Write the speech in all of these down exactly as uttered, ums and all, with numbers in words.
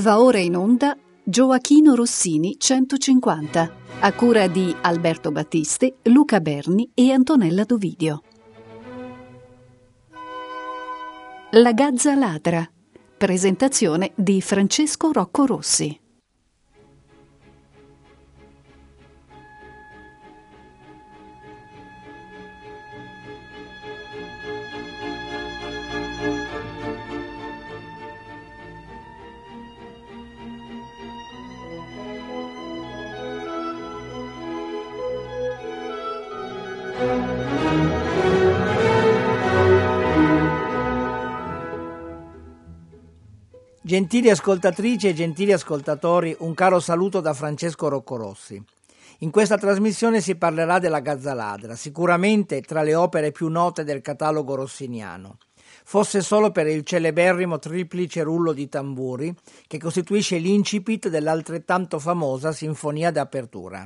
Va ora in onda Gioachino Rossini centocinquanta, a cura di Alberto Battisti, Luca Berni e Antonella Dovidio. La Gazza ladra. Presentazione di Francesco Rocco Rossi. Gentili ascoltatrici e gentili ascoltatori, un caro saluto da Francesco Rocco Rossi. In questa trasmissione si parlerà della Gazza ladra, sicuramente tra le opere più note del catalogo rossiniano. Fosse solo per il celeberrimo triplice rullo di tamburi che costituisce l'incipit dell'altrettanto famosa Sinfonia d'apertura.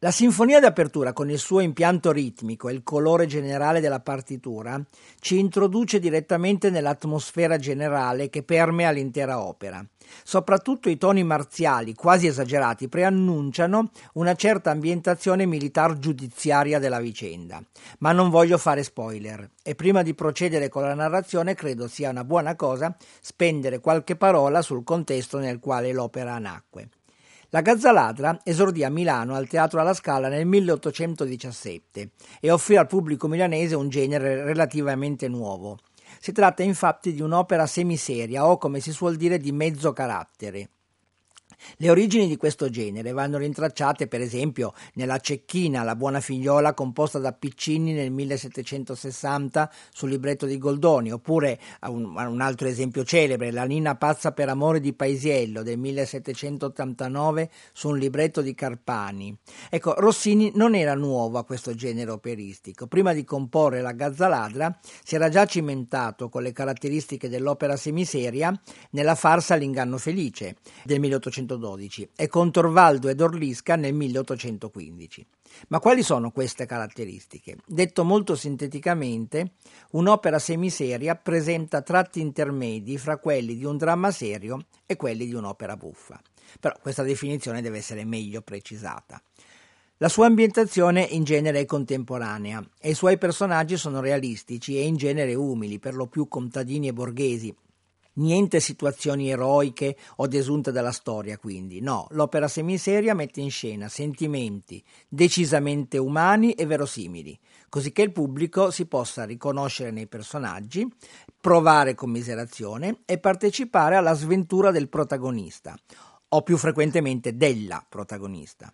La sinfonia d'apertura, con il suo impianto ritmico e il colore generale della partitura, ci introduce direttamente nell'atmosfera generale che permea l'intera opera. Soprattutto i toni marziali, quasi esagerati, preannunciano una certa ambientazione militar-giudiziaria della vicenda. Ma non voglio fare spoiler, e prima di procedere con la narrazione credo sia una buona cosa spendere qualche parola sul contesto nel quale l'opera nacque. La Gazzaladra esordì a Milano al Teatro alla Scala nel milleottocentodiciassette e offrì al pubblico milanese un genere relativamente nuovo. Si tratta infatti di un'opera semiseria o, come si suol dire, di mezzo carattere. Le origini di questo genere vanno rintracciate per esempio nella Cecchina, la buona figliola, composta da Piccini nel millesettecentosessanta sul libretto di Goldoni, oppure un, un altro esempio celebre, la Nina pazza per amore di Paisiello del millesettecentottantanove su un libretto di Carpani. Ecco, Rossini non era nuovo a questo genere operistico. Prima di comporre la Gazzaladra si era già cimentato con le caratteristiche dell'opera semiseria nella farsa L'inganno felice del milleottocentododici e con Torvaldo ed Orlisca nel milleottocentoquindici. Ma quali sono queste caratteristiche? Detto molto sinteticamente, un'opera semiseria presenta tratti intermedi fra quelli di un dramma serio e quelli di un'opera buffa. Però questa definizione deve essere meglio precisata. La sua ambientazione in genere è contemporanea e i suoi personaggi sono realistici e in genere umili, per lo più contadini e borghesi. Niente situazioni eroiche o desunte dalla storia, quindi. No, l'opera semiseria mette in scena sentimenti decisamente umani e verosimili, così che il pubblico si possa riconoscere nei personaggi, provare commiserazione e partecipare alla sventura del protagonista, o più frequentemente della protagonista.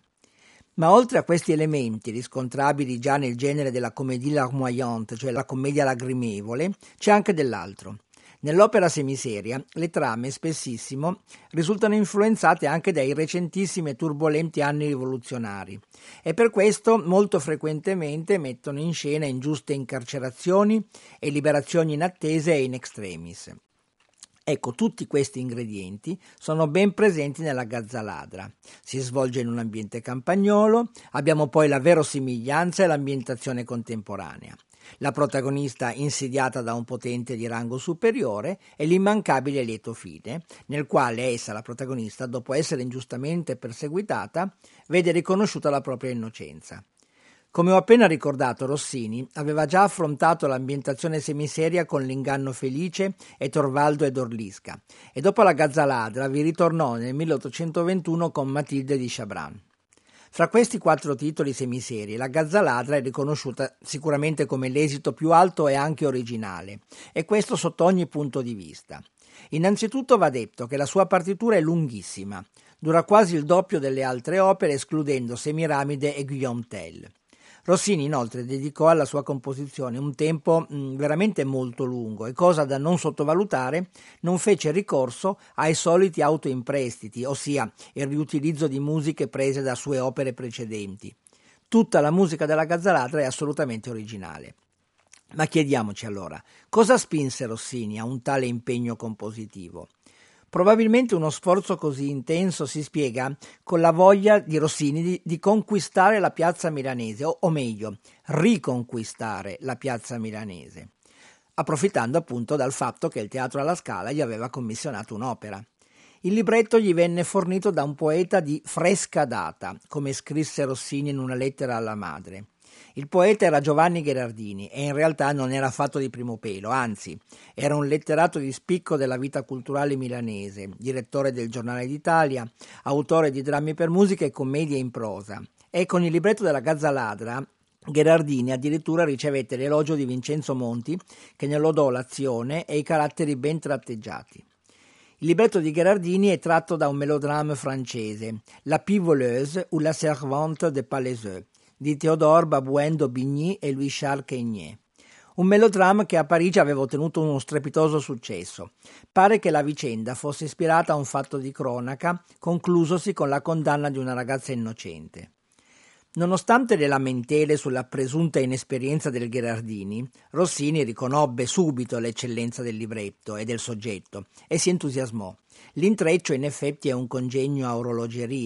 Ma oltre a questi elementi riscontrabili già nel genere della comédie larmoyante, cioè la commedia lagrimevole, c'è anche dell'altro. Nell'opera semiseria le trame spessissimo risultano influenzate anche dai recentissimi e turbolenti anni rivoluzionari e per questo molto frequentemente mettono in scena ingiuste incarcerazioni e liberazioni inattese e in extremis. Ecco, tutti questi ingredienti sono ben presenti nella Gazzaladra. Si svolge in un ambiente campagnolo, abbiamo poi la verosimiglianza e l'ambientazione contemporanea. La protagonista insidiata da un potente di rango superiore e l'immancabile lieto fine, nel quale essa, la protagonista, dopo essere ingiustamente perseguitata, vede riconosciuta la propria innocenza. Come ho appena ricordato, Rossini aveva già affrontato l'ambientazione semiseria con L'inganno felice e Torvaldo ed Orlisca, e dopo la Gazzaladra vi ritornò nel milleottocentoventuno con Matilde di Chabran. Fra questi quattro titoli semiserie, la Gazzaladra è riconosciuta sicuramente come l'esito più alto e anche originale, e questo sotto ogni punto di vista. Innanzitutto va detto che la sua partitura è lunghissima, dura quasi il doppio delle altre opere escludendo Semiramide e Guillaume Tell. Rossini inoltre dedicò alla sua composizione un tempo mh, veramente molto lungo e, cosa da non sottovalutare, non fece ricorso ai soliti autoimprestiti, ossia il riutilizzo di musiche prese da sue opere precedenti. Tutta la musica della Gazzaladra è assolutamente originale. Ma chiediamoci allora, cosa spinse Rossini a un tale impegno compositivo? Probabilmente uno sforzo così intenso si spiega con la voglia di Rossini di, di conquistare la piazza milanese, o, o meglio, riconquistare la piazza milanese, approfittando appunto dal fatto che il Teatro alla Scala gli aveva commissionato un'opera. Il libretto gli venne fornito da un poeta di fresca data, come scrisse Rossini in una lettera alla madre. Il poeta era Giovanni Gherardini e in realtà non era affatto di primo pelo, anzi era un letterato di spicco della vita culturale milanese, direttore del Giornale d'Italia, autore di drammi per musica e commedie in prosa. E con il libretto della Gazzaladra Gherardini addirittura ricevette l'elogio di Vincenzo Monti, che ne lodò l'azione e i caratteri ben tratteggiati. Il libretto di Gherardini è tratto da un melodramma francese, La Pivoleuse ou la Servante de Palaiseau, di Théodore Babouin d'Aubigny e Louis-Charles Quegné. Un melodramma che a Parigi aveva ottenuto uno strepitoso successo. Pare che la vicenda fosse ispirata a un fatto di cronaca, conclusosi con la condanna di una ragazza innocente. Nonostante le lamentele sulla presunta inesperienza del Gherardini, Rossini riconobbe subito l'eccellenza del libretto e del soggetto e si entusiasmò. L'intreccio in effetti è un congegno a orologeria.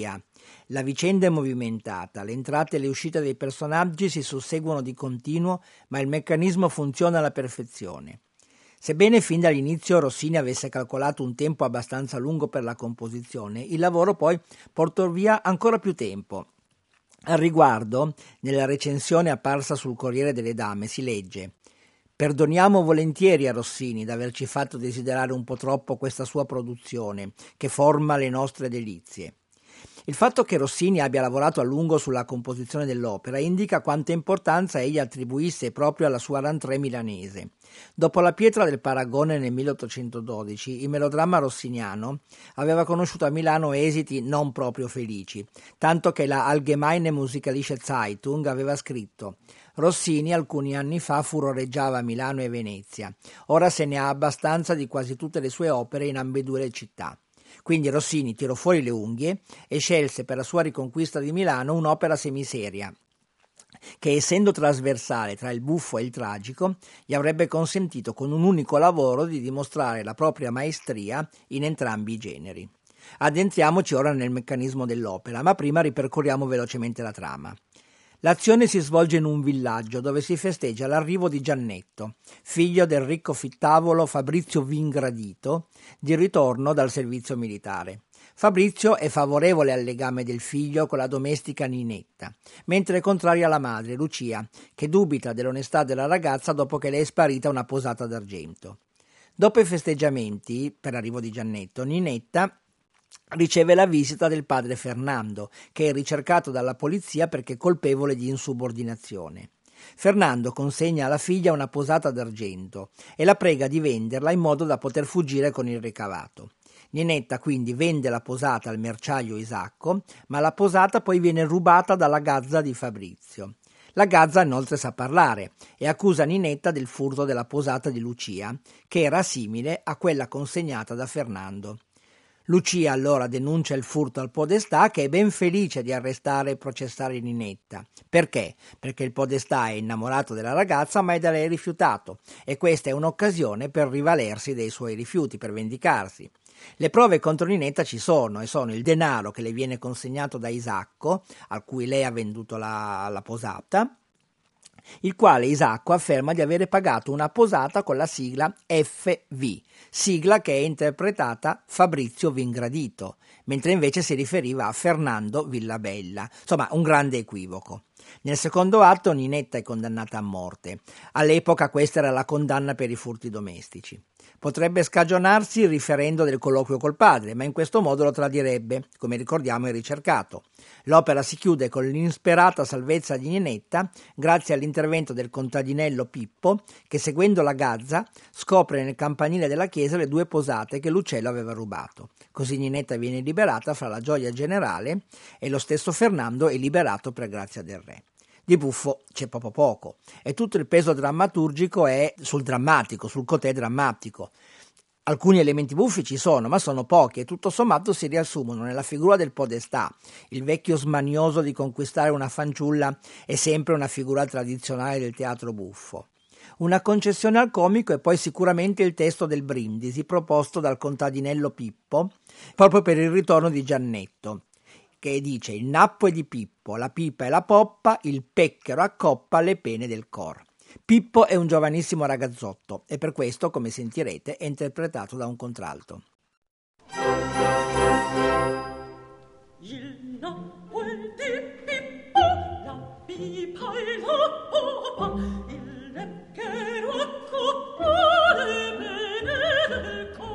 La vicenda è movimentata, le entrate e le uscite dei personaggi si susseguono di continuo, ma il meccanismo funziona alla perfezione. Sebbene fin dall'inizio Rossini avesse calcolato un tempo abbastanza lungo per la composizione, il lavoro poi portò via ancora più tempo. Al riguardo, nella recensione apparsa sul Corriere delle Dame si legge: «Perdoniamo volentieri a Rossini d'averci fatto desiderare un po' troppo questa sua produzione, che forma le nostre delizie». Il fatto che Rossini abbia lavorato a lungo sulla composizione dell'opera indica quanta importanza egli attribuisse proprio alla sua rentrée milanese. Dopo la pietra del Paragone nel milleottocentododici, il melodramma rossiniano aveva conosciuto a Milano esiti non proprio felici, tanto che la Allgemeine Musikalische Zeitung aveva scritto: «Rossini alcuni anni fa furoreggiava Milano e Venezia, ora se ne ha abbastanza di quasi tutte le sue opere in ambedue le città». Quindi Rossini tirò fuori le unghie e scelse per la sua riconquista di Milano un'opera semiseria, che essendo trasversale tra il buffo e il tragico, gli avrebbe consentito con un unico lavoro di dimostrare la propria maestria in entrambi i generi. Addentriamoci ora nel meccanismo dell'opera, ma prima ripercorriamo velocemente la trama. L'azione si svolge in un villaggio dove si festeggia l'arrivo di Giannetto, figlio del ricco fittavolo Fabrizio Vingradito, di ritorno dal servizio militare. Fabrizio è favorevole al legame del figlio con la domestica Ninetta, mentre è contraria alla madre, Lucia, che dubita dell'onestà della ragazza dopo che le è sparita una posata d'argento. Dopo i festeggiamenti, per l'arrivo di Giannetto, Ninetta riceve la visita del padre Fernando, che è ricercato dalla polizia perché colpevole di insubordinazione. Fernando consegna alla figlia una posata d'argento e la prega di venderla in modo da poter fuggire con il ricavato. Ninetta quindi vende la posata al merciaio Isacco, ma la posata poi viene rubata dalla gazza di Fabrizio. La gazza inoltre sa parlare e accusa Ninetta del furto della posata di Lucia, che era simile a quella consegnata da Fernando. Lucia allora denuncia il furto al podestà, che è ben felice di arrestare e processare Ninetta. Perché? Perché il podestà è innamorato della ragazza ma è da lei rifiutato e questa è un'occasione per rivalersi dei suoi rifiuti, per vendicarsi. Le prove contro Ninetta ci sono e sono il denaro che le viene consegnato da Isacco, a cui lei ha venduto la, la posata, il quale Isacco afferma di avere pagato una posata con la sigla F V, sigla che è interpretata Fabrizio Vingradito, mentre invece si riferiva a Fernando Villabella. Insomma, un grande equivoco. Nel secondo atto Ninetta è condannata a morte. All'epoca questa era la condanna per i furti domestici. Potrebbe scagionarsi il riferendo del colloquio col padre, ma in questo modo lo tradirebbe, come ricordiamo il ricercato. L'opera si chiude con l'insperata salvezza di Ninetta grazie all'intervento del contadinello Pippo, che seguendo la gazza scopre nel campanile della chiesa le due posate che l'uccello aveva rubato. Così Ninetta viene liberata fra la gioia generale e lo stesso Fernando è liberato per grazia del re. Di buffo c'è proprio poco e tutto il peso drammaturgico è sul drammatico, sul cotè drammatico. Alcuni elementi buffi ci sono, ma sono pochi e tutto sommato si riassumono nella figura del podestà. Il vecchio smanioso di conquistare una fanciulla è sempre una figura tradizionale del teatro buffo. Una concessione al comico è poi sicuramente il testo del Brindisi proposto dal contadinello Pippo proprio per il ritorno di Giannetto, che dice: il nappo è di Pippo, la pipa è la poppa, il pecchero accoppa le pene del cor. Pippo è un giovanissimo ragazzotto e per questo, come sentirete, è interpretato da un contralto. Il nappo è di Pippo, la pipa è la poppa, il pecchero accoppa le pene del cor.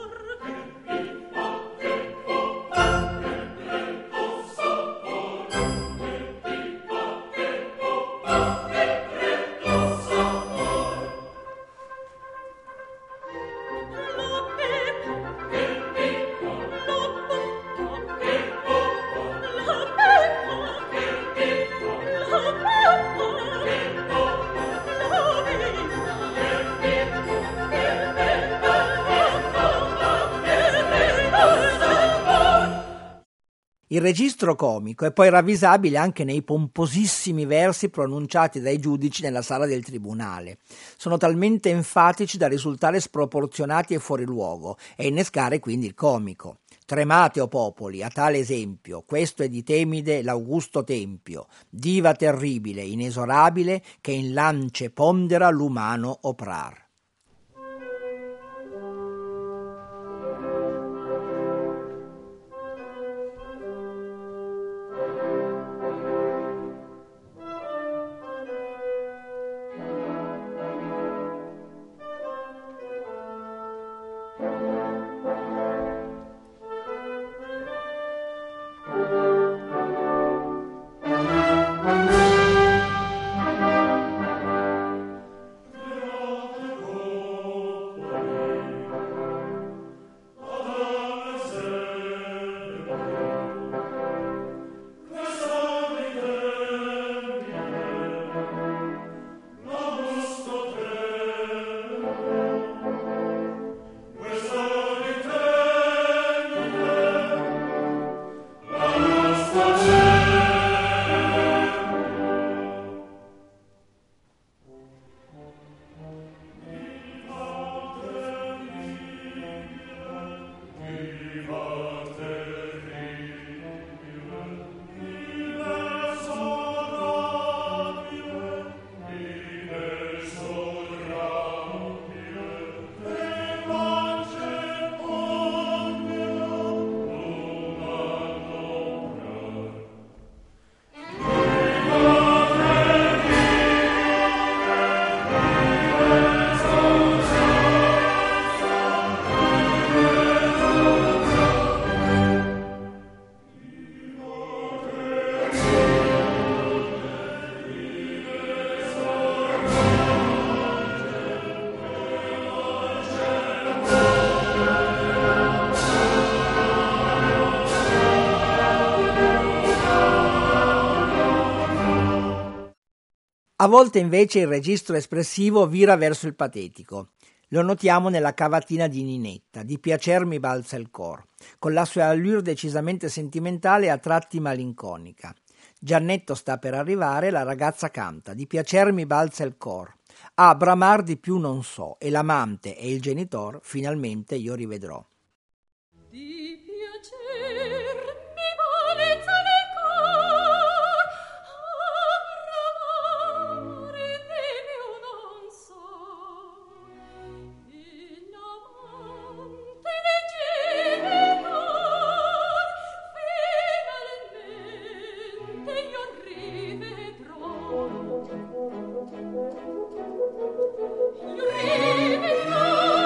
Il registro comico è poi ravvisabile anche nei pomposissimi versi pronunciati dai giudici nella sala del tribunale. Sono talmente enfatici da risultare sproporzionati e fuori luogo e innescare quindi il comico. Tremate, o popoli, a tale esempio, questo è di Temide l'augusto tempio, diva terribile, inesorabile, che in lance pondera l'umano oprar. A volte invece il registro espressivo vira verso il patetico. Lo notiamo nella cavatina di Ninetta, di Piacer mi balza il cor, con la sua allure decisamente sentimentale e a tratti malinconica. Giannetto sta per arrivare, la ragazza canta, di piacer mi balza il cor. Ah, bramar di più non so, e l'amante e il genitor finalmente io rivedrò. Di piacer mi balza il cor, ah, bramare di più non so, e l'amante e il genitor finalmente io rivedrò. Io rivedrò.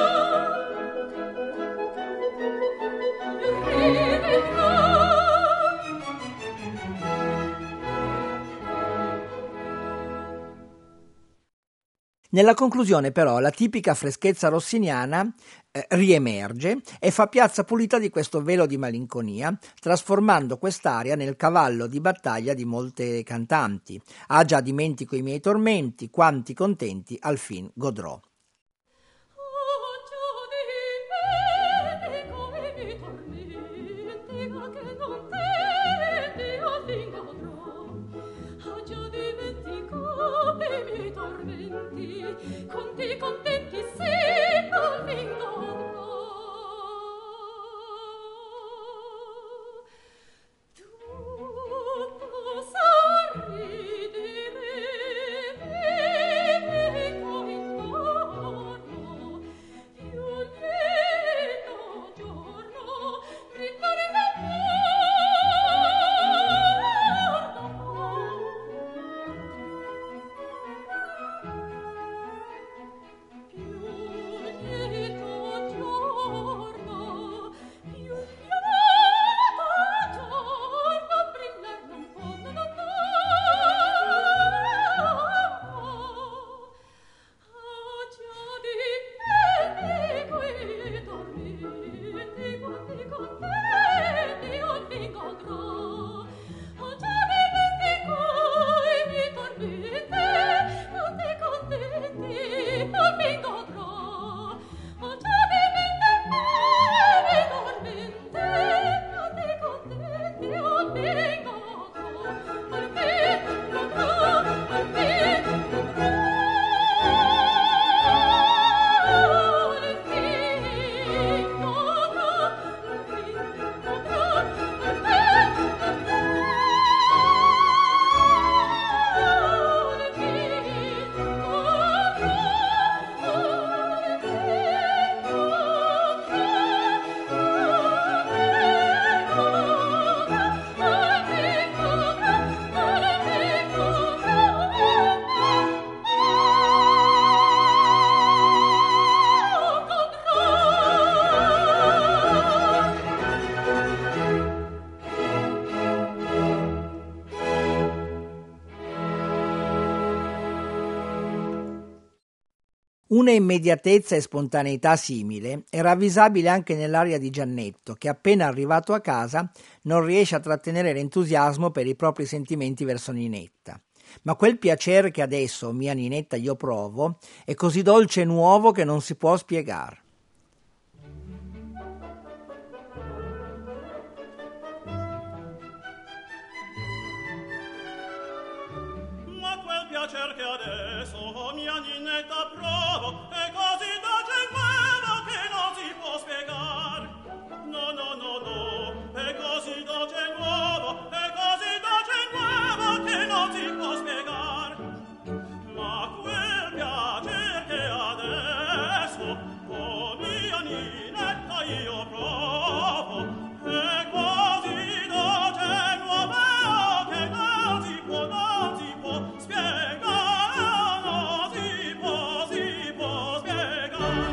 Nella conclusione però la tipica freschezza rossiniana eh, riemerge e fa piazza pulita di questo velo di malinconia, trasformando quest'aria nel cavallo di battaglia di molte cantanti. Ah, già dimentico i miei tormenti, quanti contenti al fin godrò. Conti contenti sì, non mi godrò. Tutto sorridere, mi dico intorno. Una immediatezza e spontaneità simile è ravvisabile anche nell'aria di Giannetto, che appena arrivato a casa non riesce a trattenere l'entusiasmo per i propri sentimenti verso Ninetta. Ma quel piacere che adesso, mia Ninetta, io provo, è così dolce e nuovo che non si può spiegare. Ma quel piacer che adesso, mia Ninetta, provo, è così dolce e nuovo che non si può spiegar. No, no, no, no, è così dolce e nuovo, è così dolce e nuovo che non si può spiegar. Ma quel piacer che adesso, oh mia Ninetta, io provo, è così dolce e nuovo che non si può, non si può spiegare, non si può, si può spiegare.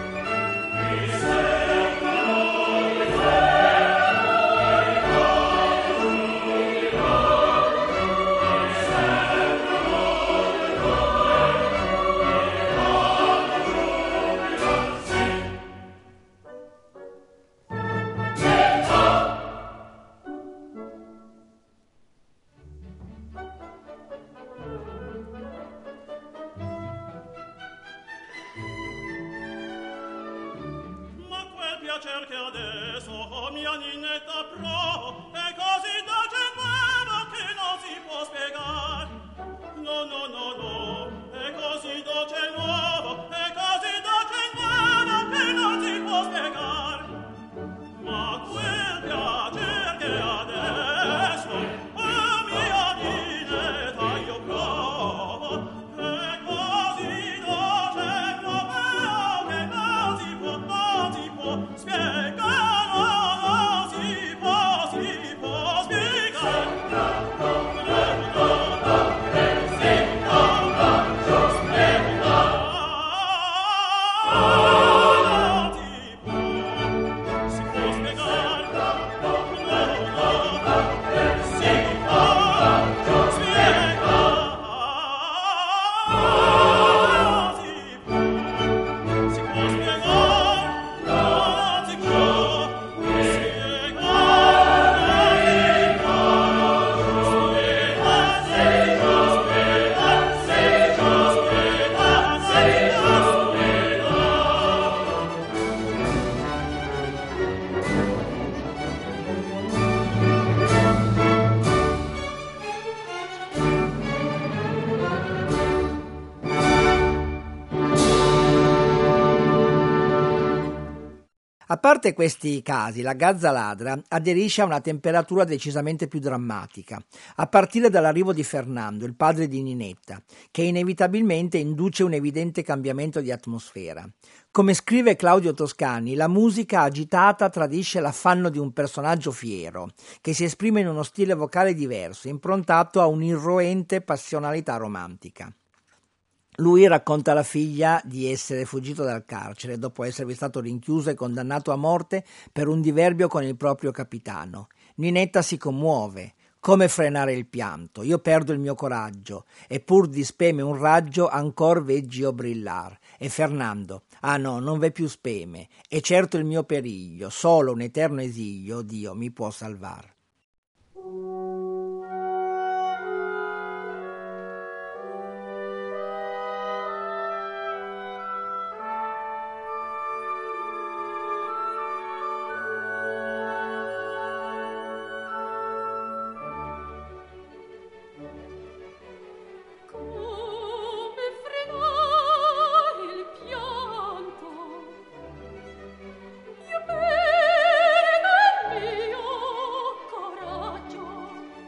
Ma quel piacer che adesso, oh mia Ninetta, provo, è così dolce e nuovo che non si può spiegar. No, no, no, no, è così dolce e nuovo, è così dolce e nuovo che non si può spiegar. Ma quel piacer che adesso, oh mia Ninetta, io provo, è così dolce e nuovo che non si può, non si può spiegare, non si può, si può spiegare. A parte questi casi, la Gazza Ladra aderisce a una temperatura decisamente più drammatica, a partire dall'arrivo di Fernando, il padre di Ninetta, che inevitabilmente induce un evidente cambiamento di atmosfera. Come scrive Claudio Toscani, la musica agitata tradisce l'affanno di un personaggio fiero, che si esprime in uno stile vocale diverso, improntato a un'irroente passionalità romantica. Lui racconta alla figlia di essere fuggito dal carcere dopo esservi stato rinchiuso e condannato a morte per un diverbio con il proprio capitano. Ninetta si commuove. Come frenare il pianto? Io perdo il mio coraggio, e pur di speme un raggio ancor veggio brillar. E Fernando: ah no, non v'è più speme, è certo il mio periglio, solo un eterno esilio Dio mi può salvar. Io per il mio coraggio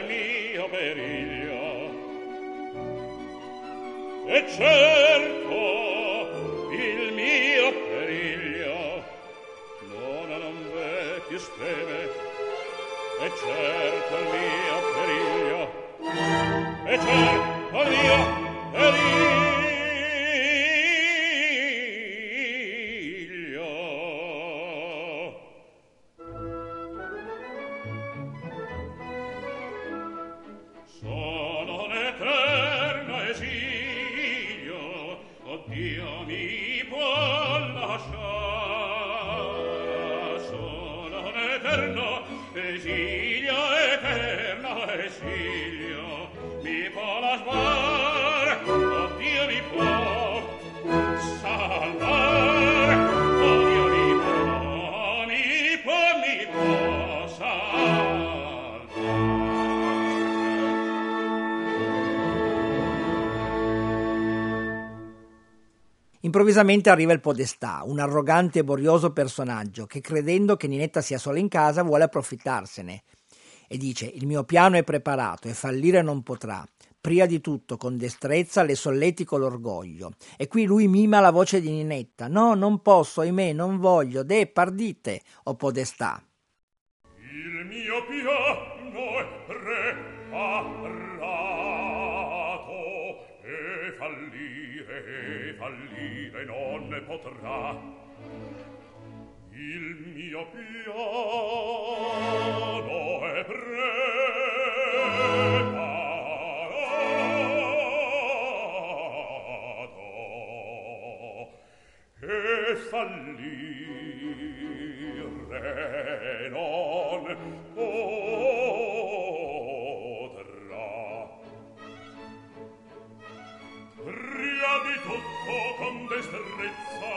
mio periglio. E certo il mio periglio non ha non v'è più speme. E certo il mio periglio, e certo il mio periglio. Sono un eterno esilio, oh Dio mi può lasciare. Sono un eterno esilio, eterno esilio, mi può lasciare, oh Dio mi può salvare, oh Dio mi può, mi può, mi può salvare. Improvvisamente arriva il podestà, un arrogante e borioso personaggio che, credendo che Ninetta sia sola in casa, vuole approfittarsene e dice: il mio piano è preparato e fallire non potrà. Prima di tutto, con destrezza, le solletico l'orgoglio. E qui lui mima la voce di Ninetta: no, non posso, ahimè, non voglio, de pardite, o podestà. Il mio piano è preparato e fallire, e fallire non ne potrà. Il mio piano è preparato e fallire non potrà. Prima di tutto con destrezza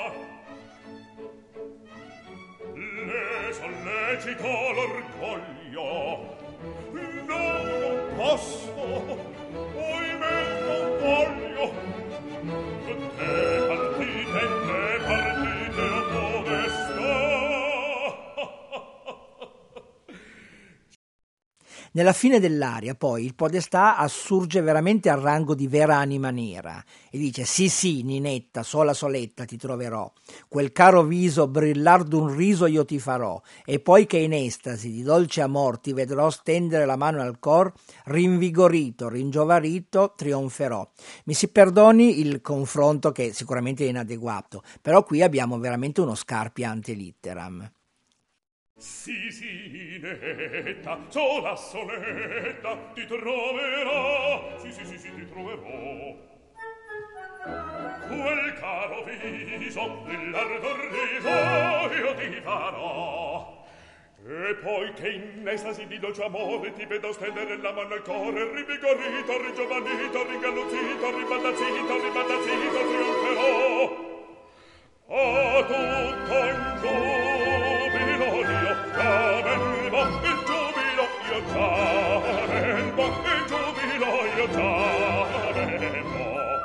le sollecito l'orgoglio. No, non posso, ohimè non voglio. Te partite, te partite, o podestà. Nella fine dell'aria, poi, il podestà assurge veramente al rango di vera anima nera e dice: sì sì, Ninetta, sola soletta ti troverò, quel caro viso brillar d'un riso io ti farò, e poi che in estasi di dolce amor ti vedrò stendere la mano al cor, rinvigorito, ringiovarito, trionferò. Mi si perdoni il confronto, che sicuramente è inadeguato, però qui abbiamo veramente uno Scarpia ante litteram. Sì, sì, Ninetta, sola soletta ti troverò. Sì, sì, sì, sì, ti troverò. Quel caro viso, brillar d'un riso io ti farò. E poi che in estasi di dolce amore ti vedo stendere la mano al cuore, rivigorito, ringiovanito, ringalluzzito, ribaldazzito, ribaldazzito, trionferò. A tutto in giubilo io già vengo, il giubilo io già vengo, il giubilo io già vengo.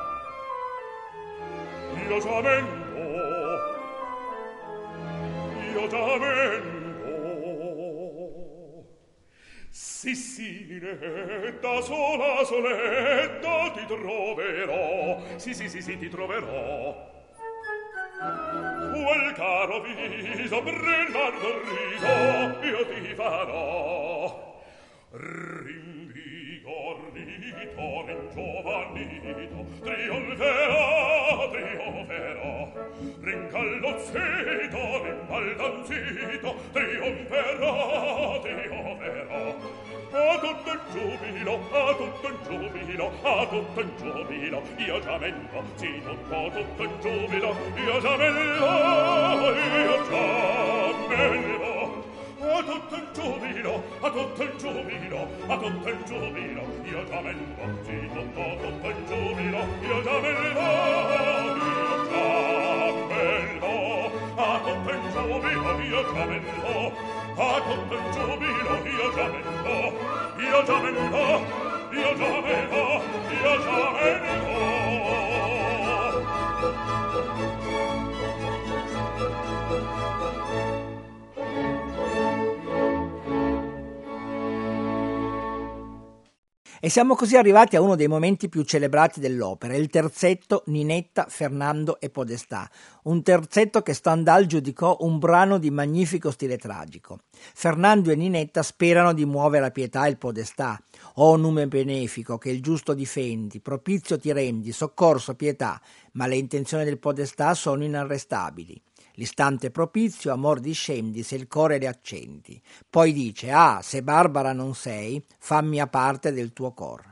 Io già vengo, io già vengo. Sì, sì, Ninetta, sola soletta ti troverò. Sì, sì, sì, sì, ti troverò. Quel caro viso, brillar del riso, io ti farò. Rinvigorito, ringiovanito, trionferò, trionferò. Ringalluzzito, rimbaldanzito, trionferò, trionferò. A tutto il giubilo, a tutto il giubilo, a tutto il giubilo, io già vengo, sì, tutto, tutto il giubilo, io già vengo, io già vengo. A tutto il giubilo, a tutto il giubilo, a tutto il giubilo, io già vengo, sì, tutto, tutto il giubilo, io già vengo, io già vengo. A tutto il giubilo, io già vengo, a tutto il giubilo, io già vengo, io già vengo, io già vengo, io già vengo. E siamo così arrivati a uno dei momenti più celebrati dell'opera, il terzetto Ninetta, Fernando e Podestà, un terzetto che Stendhal giudicò un brano di magnifico stile tragico. Fernando e Ninetta sperano di muovere a pietà il Podestà. O nume benefico, che il giusto difendi, propizio ti rendi, soccorso, pietà, ma le intenzioni del Podestà sono inarrestabili. L'istante propizio, amor discendi, se il core le accendi. Poi dice, ah, se barbara non sei, fammi a parte del tuo cor.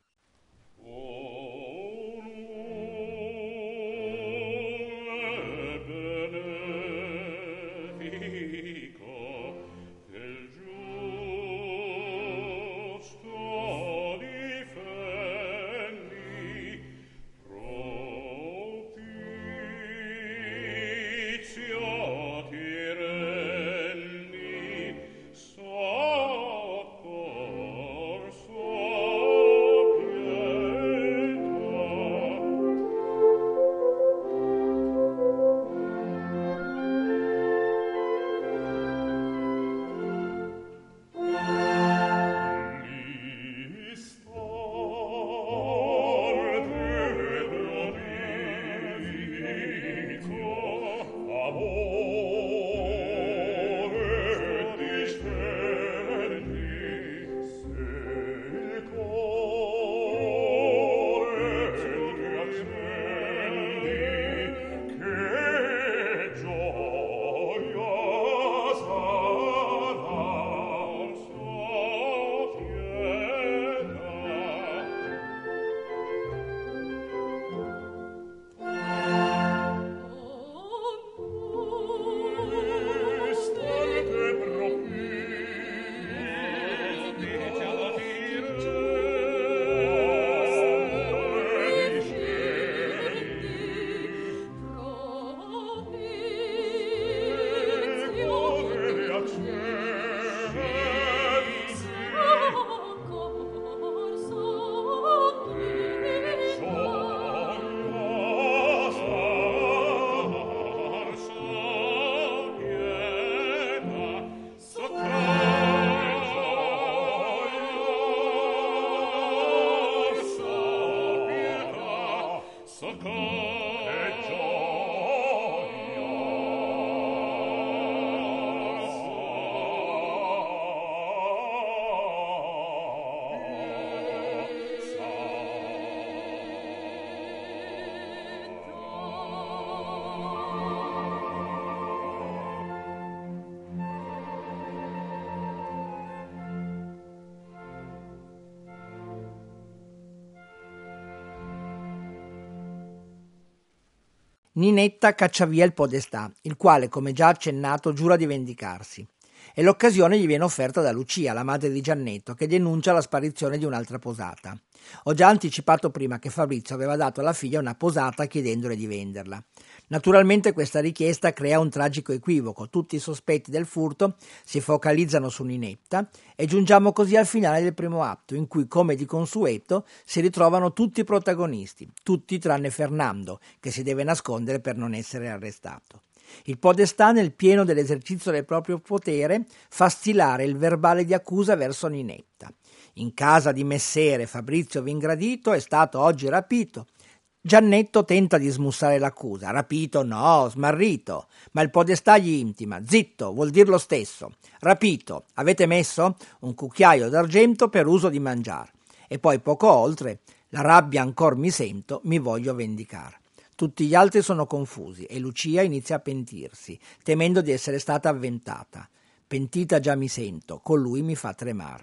Ninetta caccia via il Podestà, il quale, come già accennato, giura di vendicarsi. E l'occasione gli viene offerta da Lucia, la madre di Giannetto, che denuncia la sparizione di un'altra posata. Ho già anticipato prima che Fabrizio aveva dato alla figlia una posata chiedendole di venderla. Naturalmente questa richiesta crea un tragico equivoco, tutti i sospetti del furto si focalizzano su Ninetta e giungiamo così al finale del primo atto, in cui, come di consueto, si ritrovano tutti i protagonisti, tutti tranne Fernando, che si deve nascondere per non essere arrestato. Il Podestà, nel pieno dell'esercizio del proprio potere, fa stilare il verbale di accusa verso Ninetta. In casa di messere Fabrizio Vingradito è stato oggi rapito. Giannetto tenta di smussare l'accusa. Rapito no, smarrito. Ma il Podestà gli intima. Zitto, vuol dir lo stesso. Rapito, avete messo un cucchiaio d'argento per uso di mangiar. E poi poco oltre, la rabbia ancor mi sento, mi voglio vendicare. Tutti gli altri sono confusi e Lucia inizia a pentirsi, temendo di essere stata avventata. Pentita già mi sento, con lui mi fa tremar.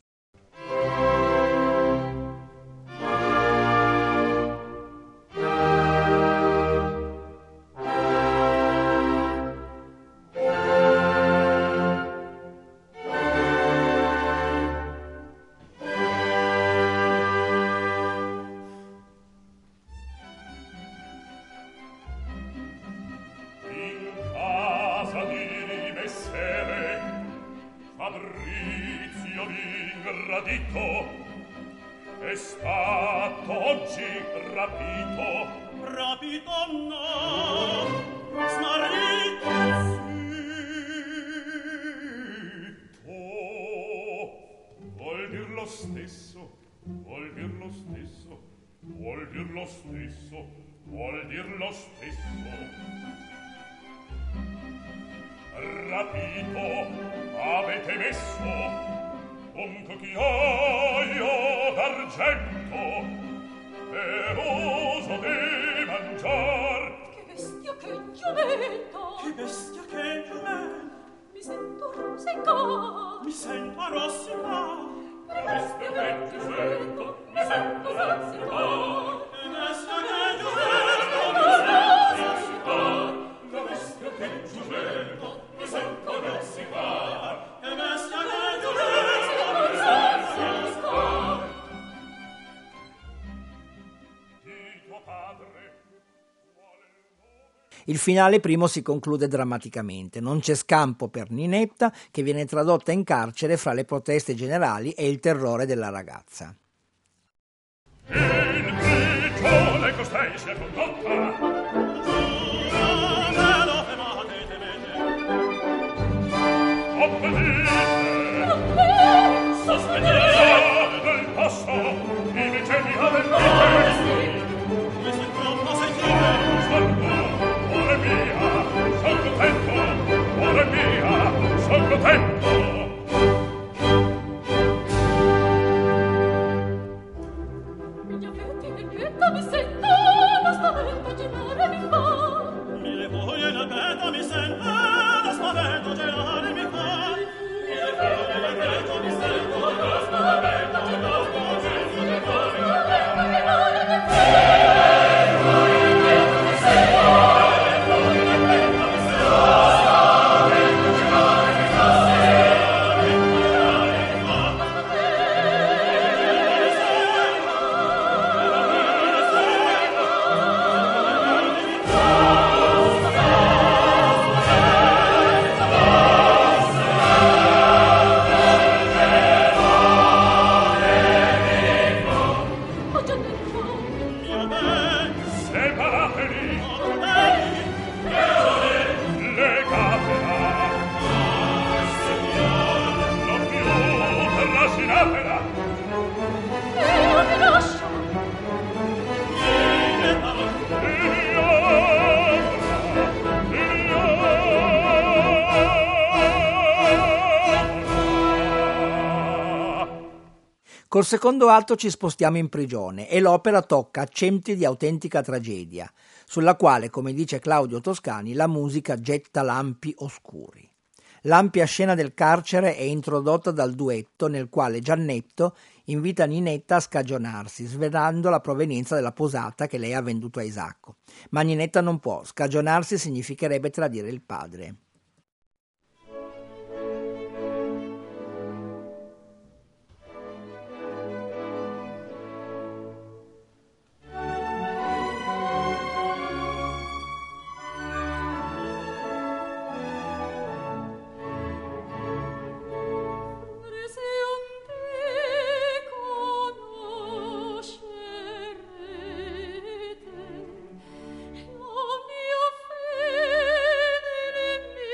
È stato oggi rapito. Rapito no, smarrito zitto. Vuol dir lo stesso, Vuol dir lo stesso, vuol dir lo stesso, vuol dir lo stesso. Rapito avete messo un cucchiaio d'argento peroso di mangiar. Che bestia, che giumento! Che bestia, che giumento! Mi sento rosicar! Mi sento rosicar! Che bestia, che giumento! Mi sento rosicar! Che bestia, che giumento! Mi sento rosicar! Che bestia, che giumento! Mi sento rosicar! Che bestia, che giumento! Mi sento rosicar! Di tuo padre Il finale primo si conclude drammaticamente. Non c'è scampo per Ninetta, che viene tradotta in carcere fra le proteste generali e il terrore della ragazza. In prigione costei si è condotta. Obbedite, sospendete del passo, i vicini avvertite. Mi sei troppo sentite. Salvo, cuore mia, son contento, cuore mia, son contento. Mi affetti e quieta mi sento, lo spavento gelare mi fa. Mi le voglio nel petto mi sento, lo spavento gelare mi fa. Mi le voglio nel petto mi sento, lo spavento gelare mi Col secondo atto ci spostiamo in prigione e l'opera tocca accenti di autentica tragedia, sulla quale, come dice Claudio Toscani, la musica getta lampi oscuri. L'ampia scena del carcere è introdotta dal duetto nel quale Giannetto invita Ninetta a scagionarsi, svelando la provenienza della posata che lei ha venduto a Isacco. Ma Ninetta non può, scagionarsi significherebbe tradire il padre. La mia fede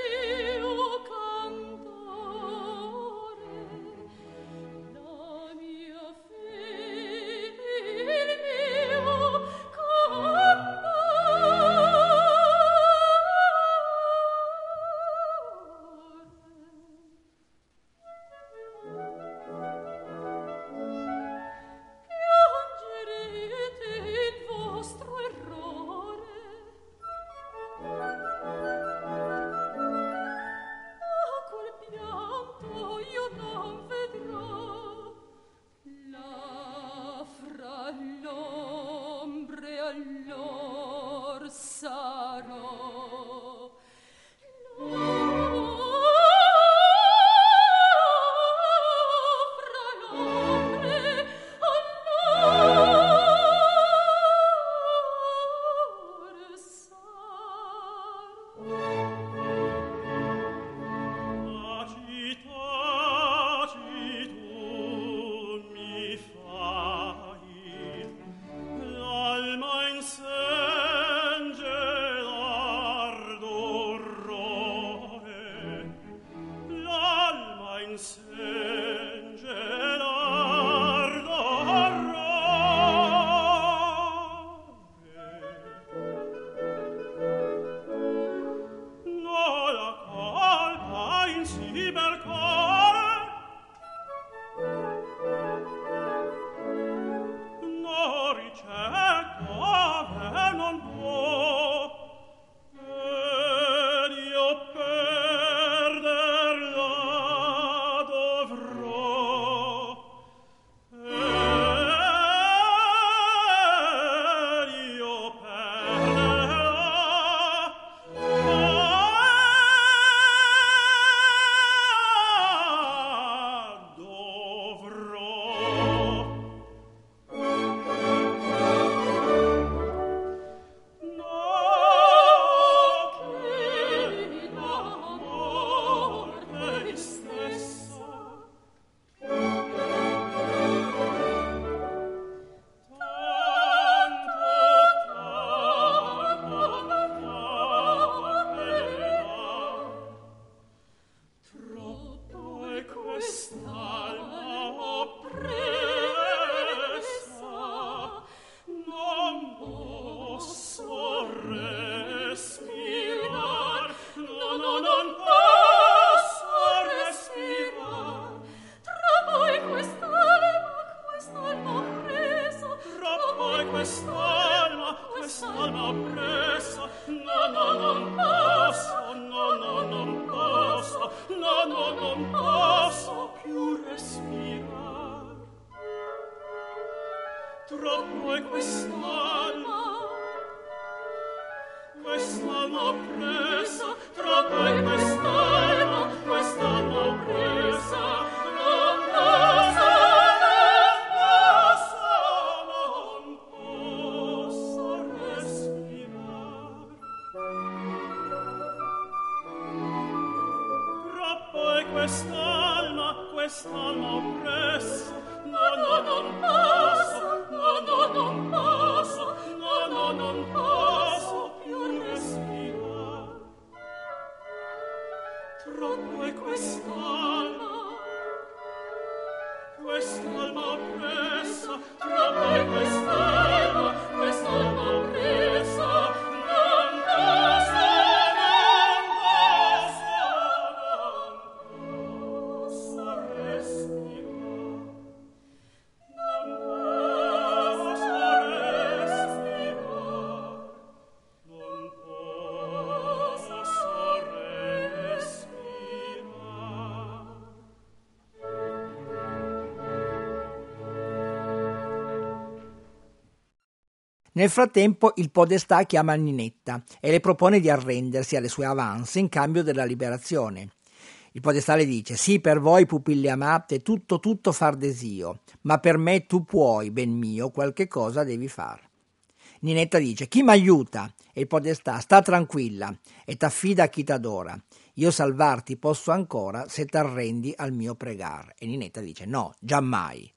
Nel frattempo il podestà chiama Ninetta e le propone di arrendersi alle sue avance in cambio della liberazione. Il podestà le dice: sì, per voi pupille amate tutto tutto far desio, ma per me tu puoi, ben mio, qualche cosa devi far. Ninetta dice: chi m'aiuta? E il podestà: sta tranquilla e t'affida a chi t'adora. Io salvarti posso ancora se t'arrendi al mio pregar. E Ninetta dice: no, giammai.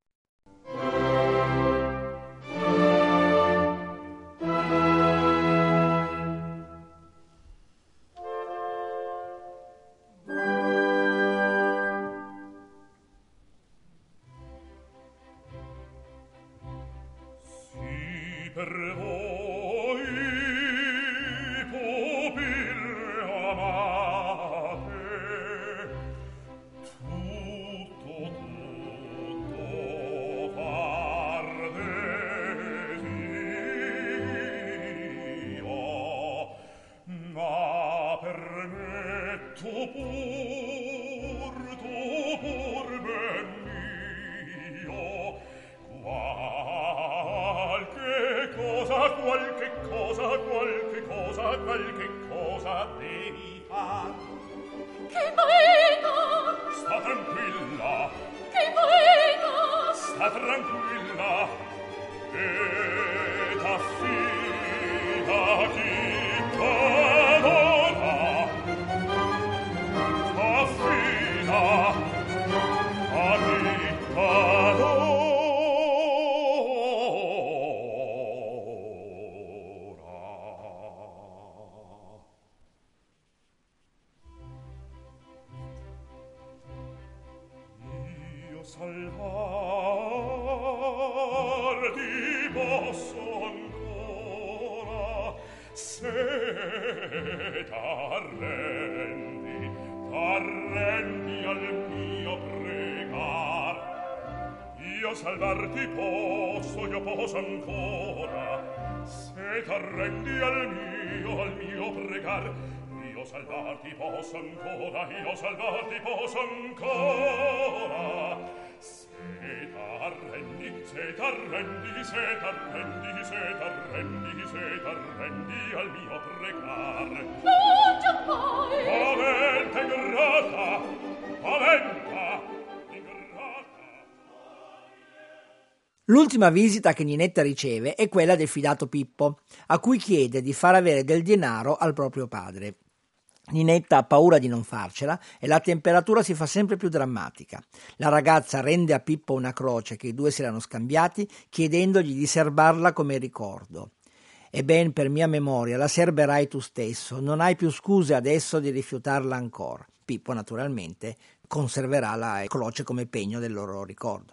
Per voi pupille amate tutto tutto far desio, ma per me tu pur tu pur ben mio qualche cosa, qualche cosa, qualche cosa devi far. Che veda! Sta tranquilla. Che veda! Sta tranquilla. E t'affida chi t'adora. T'affida a chi t'adora. Salvarti posso ancora se t'arrendi, t'arrendi al mio pregar. Io io salvarti posso, io posso ancora, se t'arrendi al mio, al mio pregar. Io salvarti posso ancora, io salvarti posso ancora, se t'arrendi, se t'arrendi, se t'arrendi, se t'arrendi, se t'arrendi al mio pregar. Non già poi! Aventa ingrata, aventa ingrata. L'ultima visita che Ninetta riceve è quella del fidato Pippo, a cui chiede di far avere del denaro al proprio padre. Ninetta ha paura di non farcela e la temperatura si fa sempre più drammatica. La ragazza rende a Pippo una croce che i due si erano scambiati, chiedendogli di serbarla come ricordo. E ben per mia memoria la serberai tu stesso, non hai più scuse adesso di rifiutarla ancora. Pippo naturalmente conserverà la croce come pegno del loro ricordo.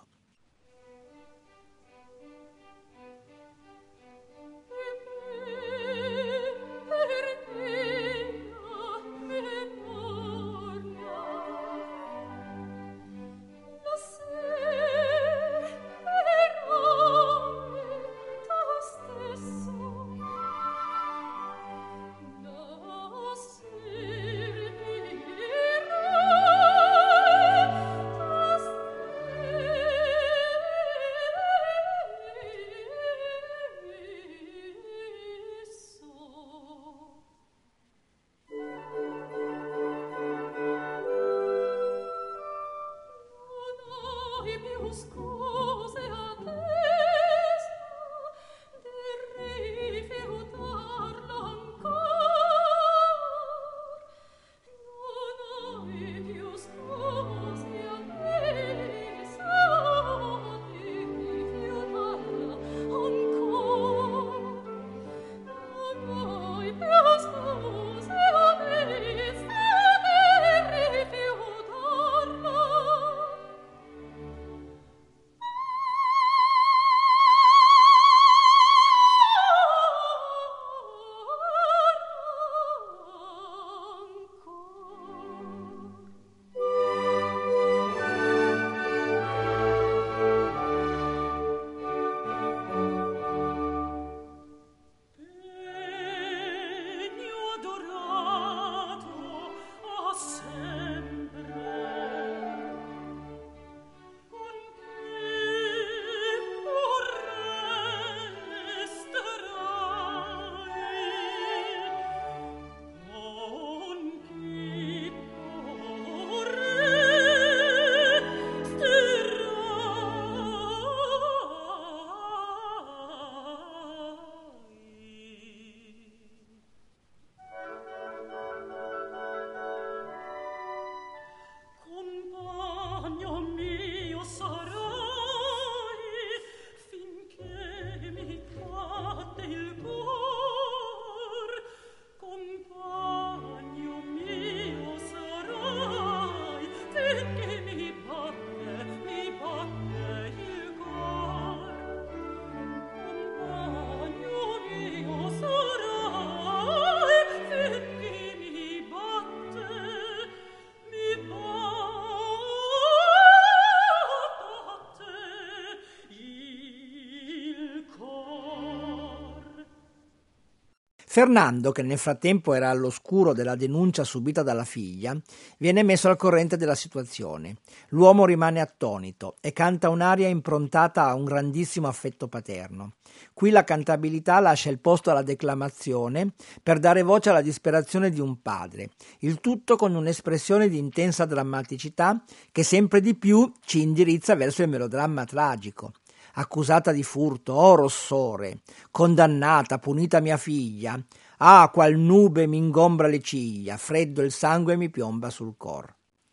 Fernando, che nel frattempo era all'oscuro della denuncia subita dalla figlia, viene messo al corrente della situazione. L'uomo rimane attonito e canta un'aria improntata a un grandissimo affetto paterno. Qui la cantabilità lascia il posto alla declamazione per dare voce alla disperazione di un padre, il tutto con un'espressione di intensa drammaticità che sempre di più ci indirizza verso il melodramma tragico. Accusata di furto, oh rossore, condannata, punita mia figlia, ah, qual nube mi ingombra le ciglia, freddo il sangue mi piomba sul cor.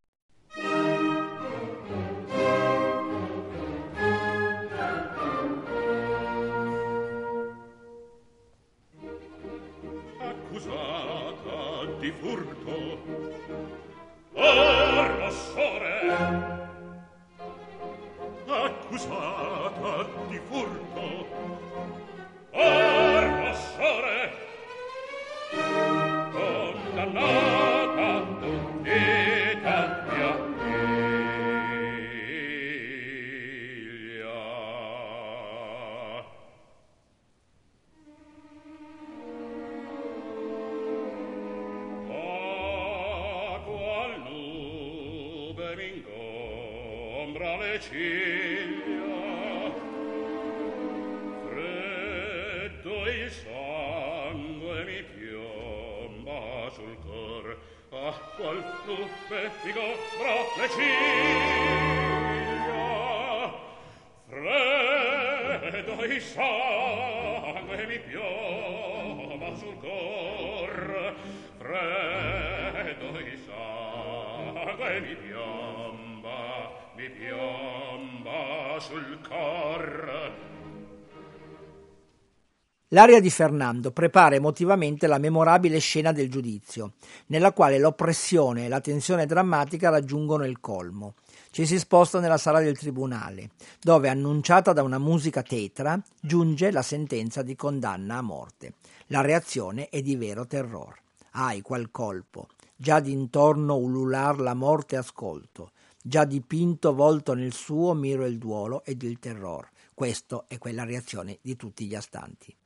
Accusata di furto, oh rossore, accusata di furto, oh rossore, condannata, punita mia figlia. ciglia, freddo il sangue mi piomba sul cor, ah, qual nube mi copra le ciglia, freddo il sangue mi piomba sul cor, freddo il sangue mi piomba, mi piomba sul cor. L'aria di Fernando prepara emotivamente la memorabile scena del giudizio, nella quale l'oppressione e la tensione drammatica raggiungono il colmo. Ci si sposta nella sala del tribunale, dove, annunciata da una musica tetra, giunge la sentenza di condanna a morte. La reazione è di vero terror. Ahi, qual colpo! Già d'intorno ulular la morte ascolto, già dipinto volto nel suo miro il duolo ed il terror. Questo è quella reazione di tutti gli astanti.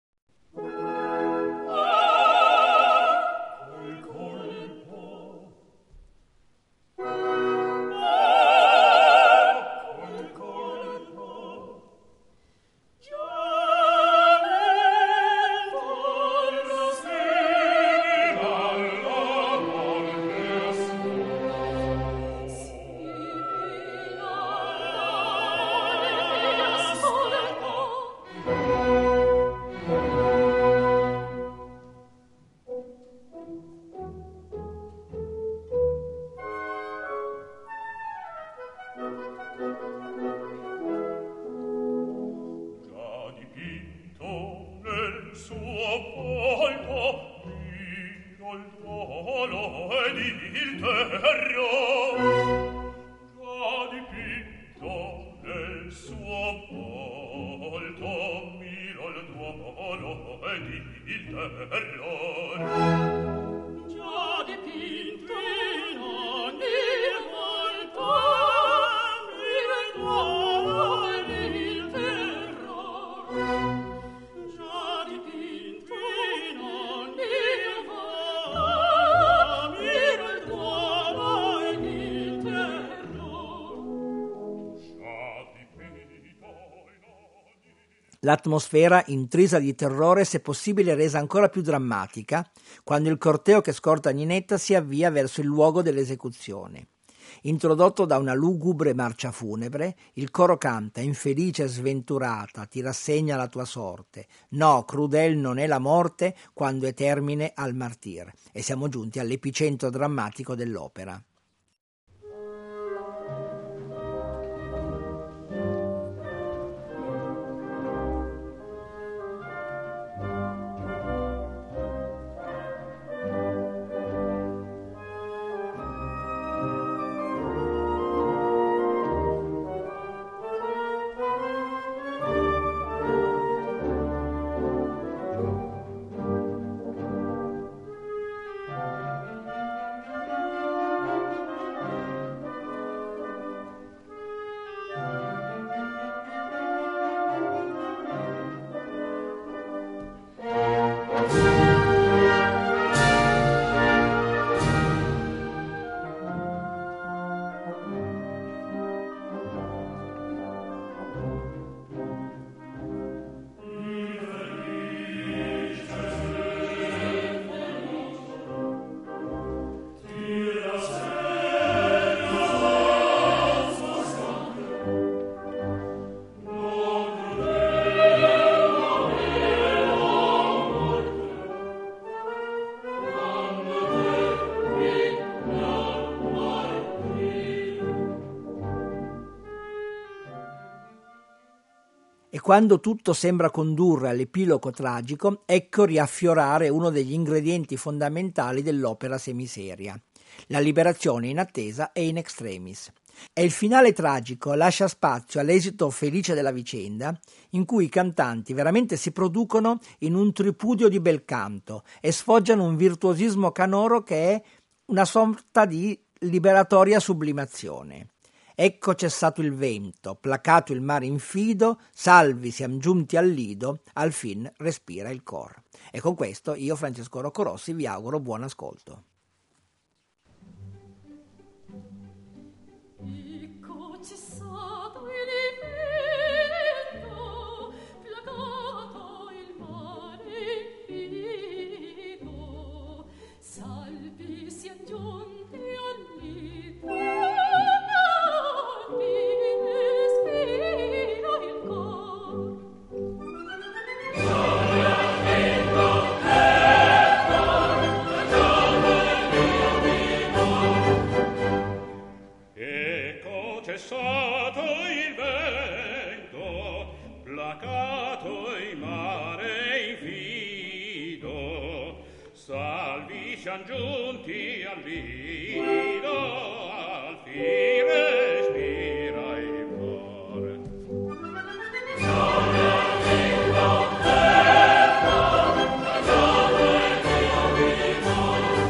L'atmosfera, intrisa di terrore, se possibile resa ancora più drammatica, quando il corteo che scorta Ninetta si avvia verso il luogo dell'esecuzione. Introdotto da una lugubre marcia funebre, il coro canta: infelice e sventurata, ti rassegna la tua sorte. No, crudel non è la morte quando è termine al martir. E siamo giunti all'epicentro drammatico dell'opera. E quando tutto sembra condurre all'epilogo tragico, ecco riaffiorare uno degli ingredienti fondamentali dell'opera semiseria. La liberazione in attesa e in extremis. E il finale tragico lascia spazio all'esito felice della vicenda, in cui i cantanti veramente si producono in un tripudio di bel canto e sfoggiano un virtuosismo canoro che è una sorta di liberatoria sublimazione. Ecco cessato il vento, placato il mare infido, salvi siam giunti al lido, al fin respira il cor. E con questo io, Francesco Rocco Rossi, vi auguro buon ascolto. Ecco cessato siam giunti al lido, al fin respira il cuore. Gioia di contento, gioia di amico.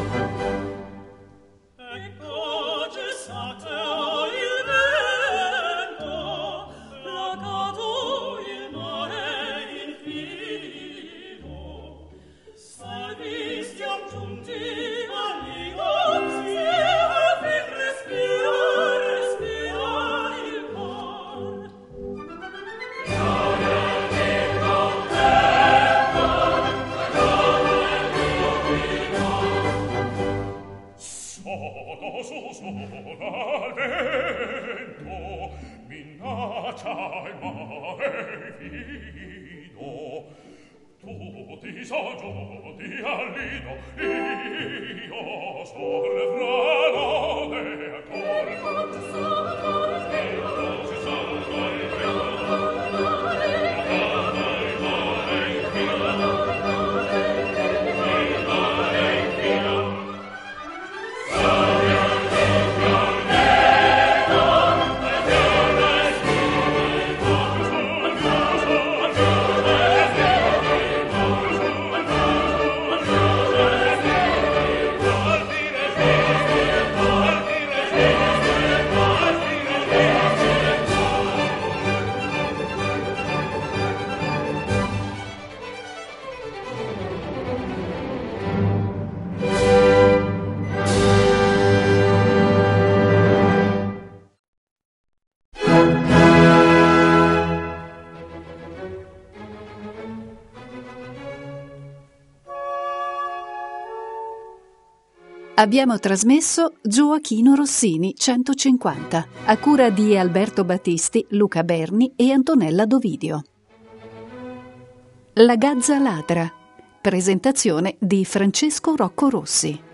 Ecco cessato il vento, placato il mare infinito. Salvi stiam giunti al lido, sì, al fin respira, respira il cor. Gioia di contento, gioia di amico. Sono su sola al vento, minaccia il mare fido. Tutti son giunti al lido, io sol fra lode ancora. Io ci sono il vento, il mare in fila, il mare in fila. Sabbia di pianeta, e pian respiro, sul naso, al fiume Abbiamo trasmesso Gioachino Rossini centocinquanta, a cura di Alberto Battisti, Luca Berni e Antonella Dovidio. La Gazza Ladra, presentazione di Francesco Rocco Rossi.